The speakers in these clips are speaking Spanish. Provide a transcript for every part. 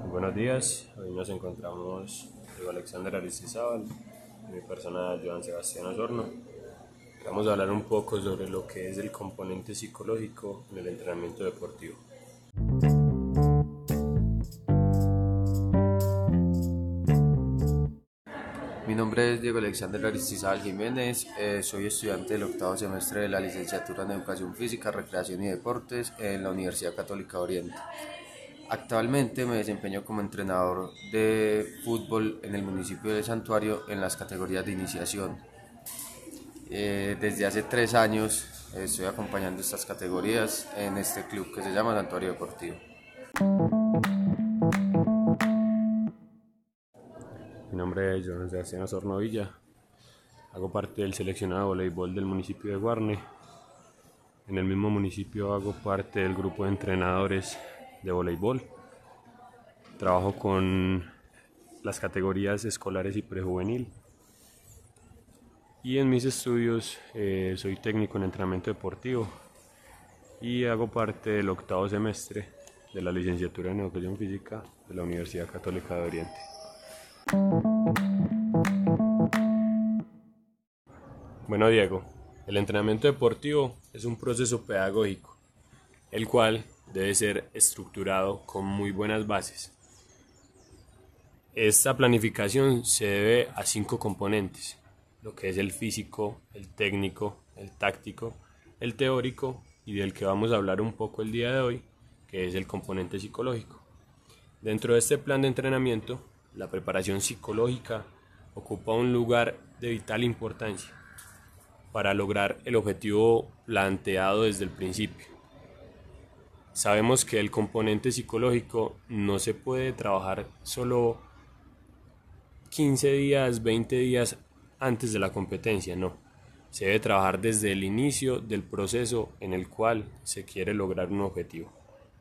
Buenos días, hoy nos encontramos Diego Alexander Aristizábal y mi persona Joan Sebastián Osorno. Vamos a hablar un poco sobre lo que es el componente psicológico en el entrenamiento deportivo. Mi nombre es Diego Alexander Aristizábal Jiménez, soy estudiante del octavo semestre de la licenciatura en Educación Física, Recreación y Deportes en la Universidad Católica de Oriente. Actualmente me desempeño como entrenador de fútbol en el municipio de Santuario en las categorías de iniciación. Desde hace 3 años estoy acompañando estas categorías en este club que se llama Santuario Deportivo. Mi nombre es Joan Sebastián Osorno Villa, hago parte del seleccionado de voleibol del municipio de Guarne. En el mismo municipio hago parte del grupo de entrenadores de voleibol. Trabajo con las categorías escolares y prejuvenil. Y en mis estudios soy técnico en entrenamiento deportivo y hago parte del octavo semestre de la licenciatura en Educación Física de la Universidad Católica de Oriente. Bueno, Diego, el entrenamiento deportivo es un proceso pedagógico, el cual debe ser estructurado con muy buenas bases. Esta planificación se debe a 5 componentes, lo que es el físico, el técnico, el táctico, el teórico y del que vamos a hablar un poco el día de hoy, que es el componente psicológico. Dentro de este plan de entrenamiento, la preparación psicológica ocupa un lugar de vital importancia para lograr el objetivo planteado desde el principio. Sabemos que el componente psicológico no se puede trabajar solo 15 días, 20 días antes de la competencia, no. Se debe trabajar desde el inicio del proceso en el cual se quiere lograr un objetivo.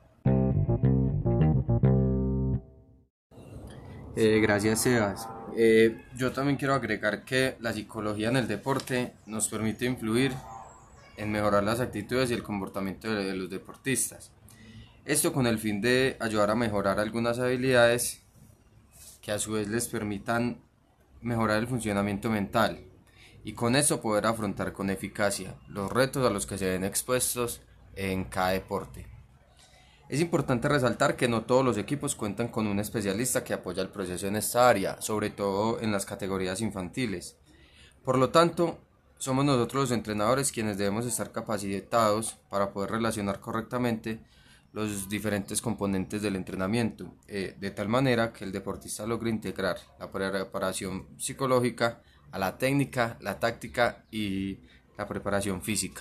Gracias, Sebas. Yo también quiero agregar que la psicología en el deporte nos permite influir en mejorar las actitudes y el comportamiento de los deportistas. Esto con el fin de ayudar a mejorar algunas habilidades que a su vez les permitan mejorar el funcionamiento mental y con eso poder afrontar con eficacia los retos a los que se ven expuestos en cada deporte. Es importante resaltar que no todos los equipos cuentan con un especialista que apoya el proceso en esta área, sobre todo en las categorías infantiles. Por lo tanto, somos nosotros los entrenadores quienes debemos estar capacitados para poder relacionar correctamente los diferentes componentes del entrenamiento, de tal manera que el deportista logre integrar la preparación psicológica a la técnica, la táctica y la preparación física.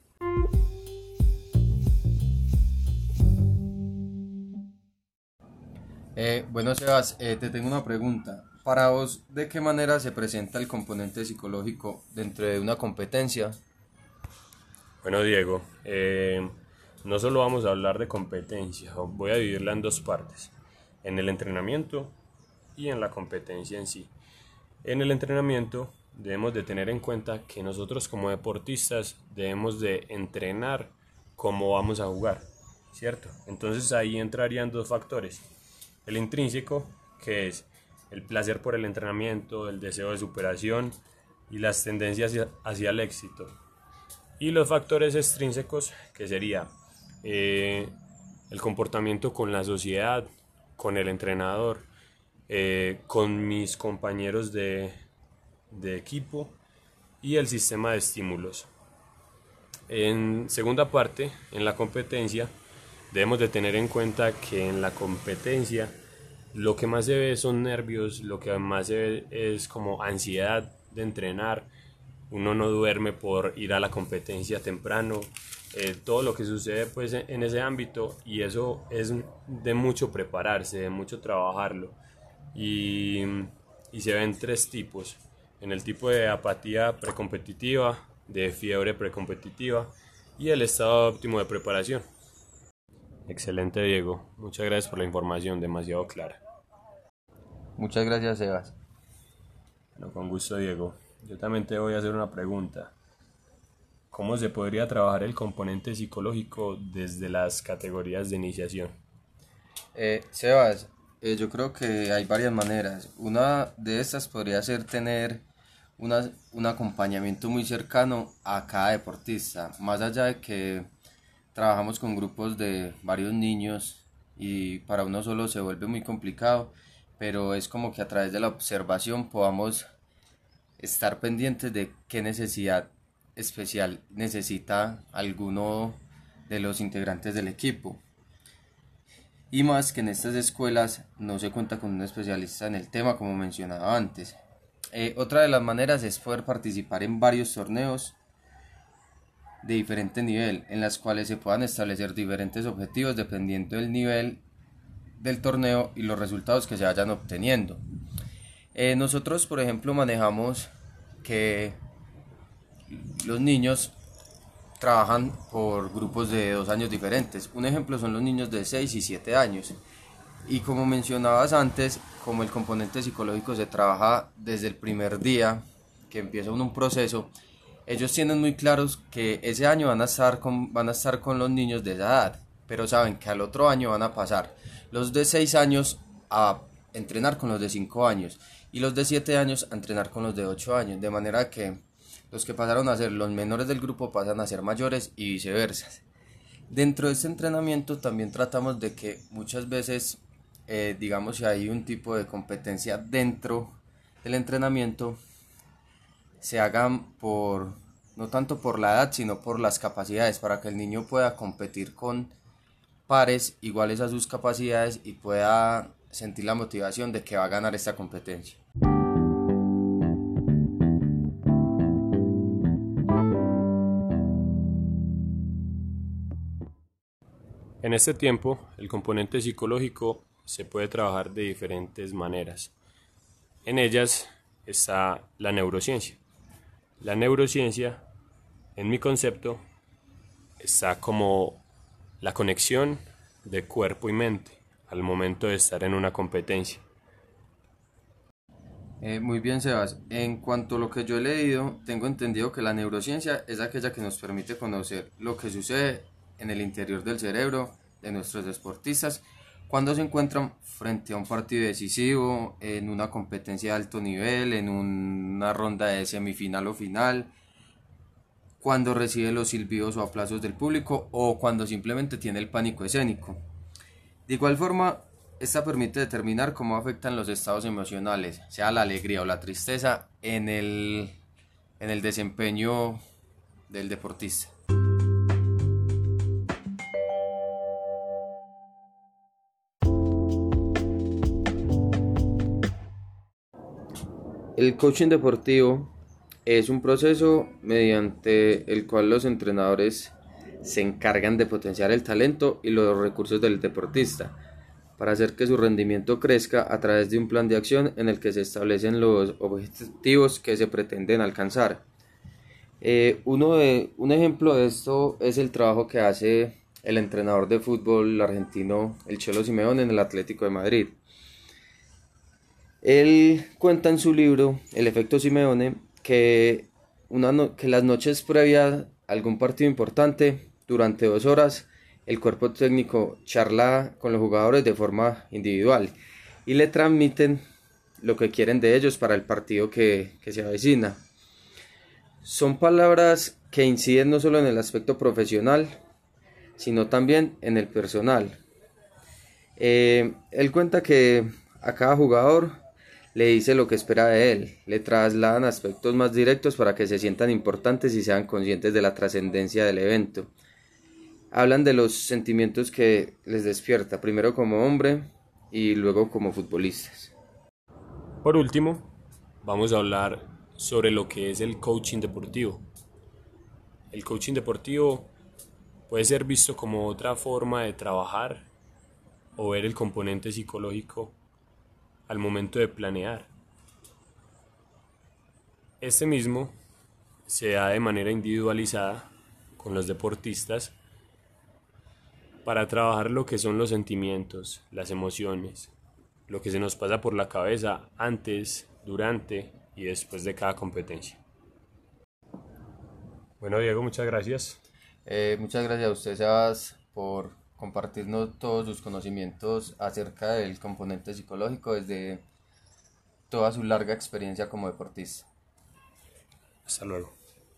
Bueno, Sebas, te tengo una pregunta. Para vos, ¿de qué manera se presenta el componente psicológico dentro de una competencia? Bueno, Diego, no solo vamos a hablar de competencia, voy a dividirla en dos partes, en el entrenamiento y en la competencia en sí. En el entrenamiento debemos de tener en cuenta que nosotros como deportistas debemos de entrenar cómo vamos a jugar, ¿cierto? Entonces ahí entrarían dos factores. El intrínseco, que es el placer por el entrenamiento, el deseo de superación y las tendencias hacia el éxito. Y los factores extrínsecos, que sería el comportamiento con la sociedad, con el entrenador, con mis compañeros de equipo y el sistema de estímulos. En segunda parte, en la competencia, debemos de tener en cuenta que en la competencia lo que más se ve son nervios, lo que más se ve es como ansiedad de entrenar. Uno no duerme por ir a la competencia temprano, todo lo que sucede pues en ese ámbito, y eso es de mucho prepararse, de mucho trabajarlo, y, y se ven tres tipos: en el tipo de apatía precompetitiva, de fiebre precompetitiva y el estado óptimo de preparación. Excelente, Diego, muchas gracias por la información, demasiado clara. Muchas gracias, Sebas. Bueno, con gusto, Diego. Yo también te voy a hacer una pregunta. ¿Cómo se podría trabajar el componente psicológico desde las categorías de iniciación? Sebas, Yo creo que hay varias maneras. Una de estas podría ser tener un acompañamiento muy cercano a cada deportista, más allá de que trabajamos con grupos de varios niños y para uno solo se vuelve muy complicado, pero es como que a través de la observación podamos estar pendientes de qué necesidad especial necesita alguno de los integrantes del equipo. Y más que en estas escuelas no se cuenta con un especialista en el tema como mencionaba antes. Otra de las maneras es poder participar en varios torneos de diferente nivel, en las cuales se puedan establecer diferentes objetivos dependiendo del nivel del torneo y los resultados que se vayan obteniendo. Nosotros, por ejemplo, manejamos que los niños trabajan por grupos de 2 años diferentes. Un ejemplo son los niños de 6 y 7 años. Y como mencionabas antes, como el componente psicológico se trabaja desde el primer día que empieza un proceso, ellos tienen muy claros que ese año van a estar con los niños de esa edad, pero saben que al otro año van a pasar los de 6 años a entrenar con los de 5 años y los de 7 años a entrenar con los de 8 años, de manera que los que pasaron a ser los menores del grupo pasan a ser mayores y viceversa. Dentro de este entrenamiento también tratamos de que muchas veces, digamos, si hay un tipo de competencia dentro del entrenamiento, se hagan no tanto por la edad, sino por las capacidades, para que el niño pueda competir con pares iguales a sus capacidades y pueda sentir la motivación de que va a ganar esta competencia. En este tiempo, el componente psicológico se puede trabajar de diferentes maneras. En ellas está la neurociencia. La neurociencia, en mi concepto, está como la conexión de cuerpo y mente al momento de estar en una competencia. Muy bien, Sebas. En cuanto a lo que yo he leído, tengo entendido que la neurociencia es aquella que nos permite conocer lo que sucede en el interior del cerebro de nuestros deportistas cuando se encuentran frente a un partido decisivo, en una competencia de alto nivel, en una ronda de semifinal o final, cuando recibe los silbidos o aplausos del público o cuando simplemente tiene el pánico escénico. De igual forma, esta permite determinar cómo afectan los estados emocionales, sea la alegría o la tristeza, en el desempeño del deportista. El coaching deportivo es un proceso mediante el cual los entrenadores se encargan de potenciar el talento y los recursos del deportista para hacer que su rendimiento crezca a través de un plan de acción en el que se establecen los objetivos que se pretenden alcanzar. Un ejemplo de esto es el trabajo que hace el entrenador de fútbol argentino, el Cholo Simeone, en el Atlético de Madrid. Él cuenta en su libro, El efecto Simeone, que las noches previas a algún partido importante, durante 2 horas, el cuerpo técnico charla con los jugadores de forma individual y le transmiten lo que quieren de ellos para el partido que se avecina. Son palabras que inciden no solo en el aspecto profesional, sino también en el personal. Él cuenta que a cada jugador le dice lo que espera de él, le trasladan aspectos más directos para que se sientan importantes y sean conscientes de la trascendencia del evento. Hablan de los sentimientos que les despierta, primero como hombre y luego como futbolistas. Por último, vamos a hablar sobre lo que es el coaching deportivo. El coaching deportivo puede ser visto como otra forma de trabajar o ver el componente psicológico al momento de planear. Este mismo se da de manera individualizada con los deportistas para trabajar lo que son los sentimientos, las emociones, lo que se nos pasa por la cabeza antes, durante y después de cada competencia. Bueno, Diego, muchas gracias. Muchas gracias a usted, Sebas, por compartirnos todos sus conocimientos acerca del componente psicológico desde toda su larga experiencia como deportista. Hasta luego.